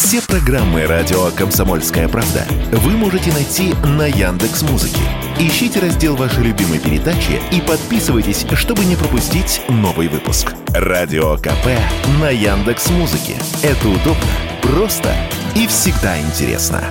Все программы радио «Комсомольская правда» вы можете найти на Яндекс.Музыке. Ищите раздел вашей любимой передачи и подписывайтесь, чтобы не пропустить новый выпуск. Радио КП на Яндекс.Музыке. Это удобно, просто и всегда интересно.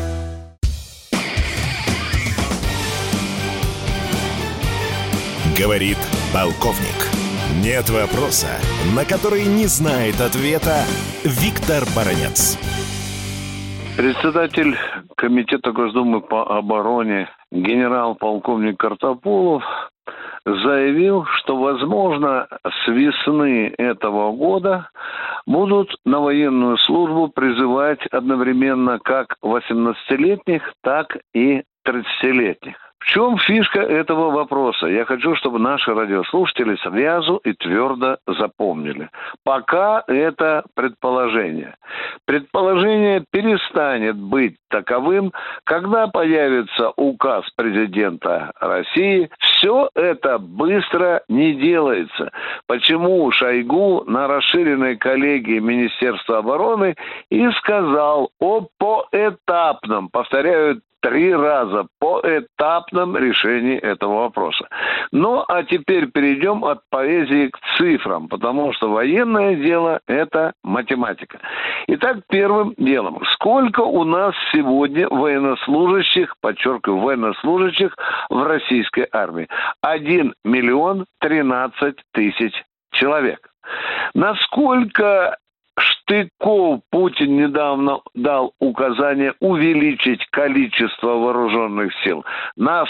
Говорит полковник. Нет вопроса, на который не знает ответа Виктор Баранец. Председатель Комитета Госдумы по обороне генерал-полковник Картополов заявил, что, возможно, с весны этого года будут на военную службу призывать одновременно как 18-летних, так и 30-летних. В чем фишка этого вопроса? Я хочу, чтобы наши радиослушатели сразу и твердо запомнили. Пока это предположение. Предположение перестанет быть таковым, когда появится указ президента России. Все это быстро не делается. Почему Шойгу на расширенной коллегии Министерства обороны и сказал о поэтапном, повторяю, 3 раза поэтапном решении этого вопроса. Ну, а теперь перейдем от поэзии к цифрам, потому что военное дело – это математика. Итак, первым делом. Сколько у нас сегодня военнослужащих, подчеркиваю, военнослужащих в российской армии? 1 миллион 13 тысяч человек. Насколько Штыков Путин недавно дал указание увеличить количество вооруженных сил на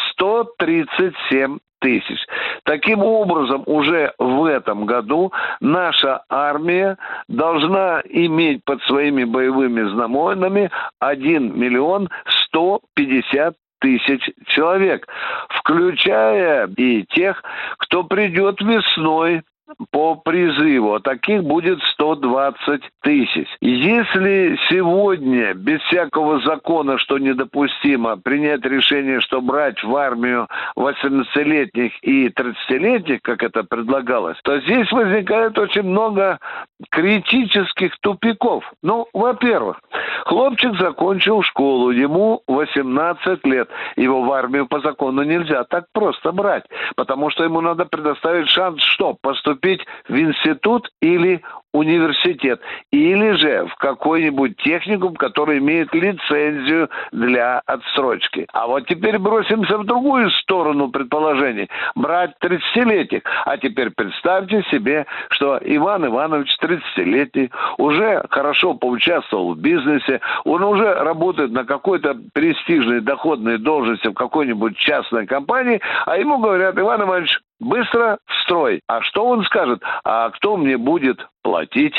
137 тысяч. Таким образом, уже в этом году наша армия должна иметь под своими боевыми знаменами 1 миллион 150 тысяч человек, включая и тех, кто придет весной по призыву, а таких будет 120 тысяч. Если сегодня без всякого закона, что недопустимо, принять решение, что брать в армию 18-летних и 30-летних, как это предлагалось, то здесь возникает очень много критических тупиков. Ну, во-первых, хлопчик закончил школу, ему 18 лет. Его в армию по закону нельзя так просто брать, потому что ему надо предоставить шанс, что поступить в институт или университет, или же в какой-нибудь техникум, который имеет лицензию для отсрочки. А вот теперь бросимся в другую сторону предположений. Брать 30-летних. А теперь представьте себе, что Иван Иванович 30-летний, уже хорошо поучаствовал в бизнесе, он уже работает на какой-то престижной доходной должности в какой-нибудь частной компании, а ему говорят: Иван Иванович, быстро в строй. А что он скажет? А кто мне будет платить?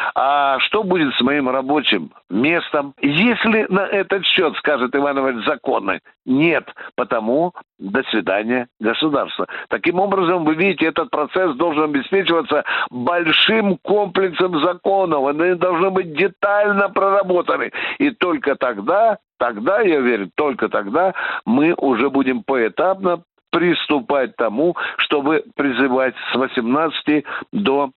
А что будет с моим рабочим местом? Если на этот счет скажет Иван Иванович законы, нет, потому до свидания, государство. Таким образом, вы видите, этот процесс должен обеспечиваться большим комплексом законов. Они должны быть детально проработаны. И только тогда, я уверен, только тогда мы уже будем поэтапно приступать к тому, чтобы призывать с 18 до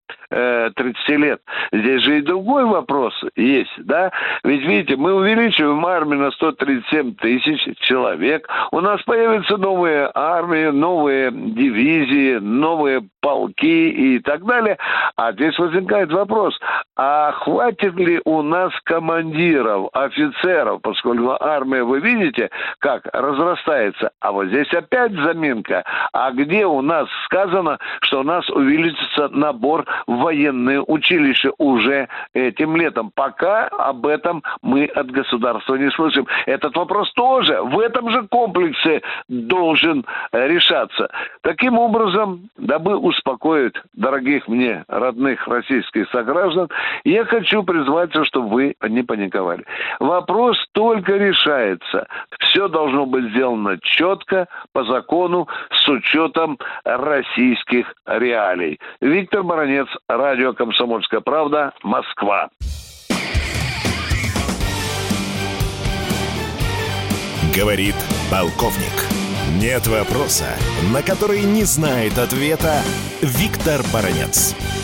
30 лет. Здесь же и другой вопрос есть, да? Ведь, видите, мы увеличиваем армию на 137 тысяч человек. У нас появятся новые армии, новые дивизии, новые полки и так далее. А здесь возникает вопрос, а хватит ли у нас командиров, офицеров, поскольку армия, вы видите, как разрастается. А вот здесь опять заминка. А где у нас сказано, что у нас увеличится набор в военные училища уже этим летом? Пока об этом мы от государства не слышим. Этот вопрос тоже в этом же комплексе должен решаться. Таким образом, дабы успокоить дорогих мне родных российских сограждан, я хочу призвать, чтобы вы не паниковали. Вопрос только решается. Все должно быть сделано четко, по закону, с учетом российских реалий. Виктор Баранец, радио «Комсомольская правда», Москва. Говорит полковник. Нет вопроса, на который не знает ответа Виктор Баранец.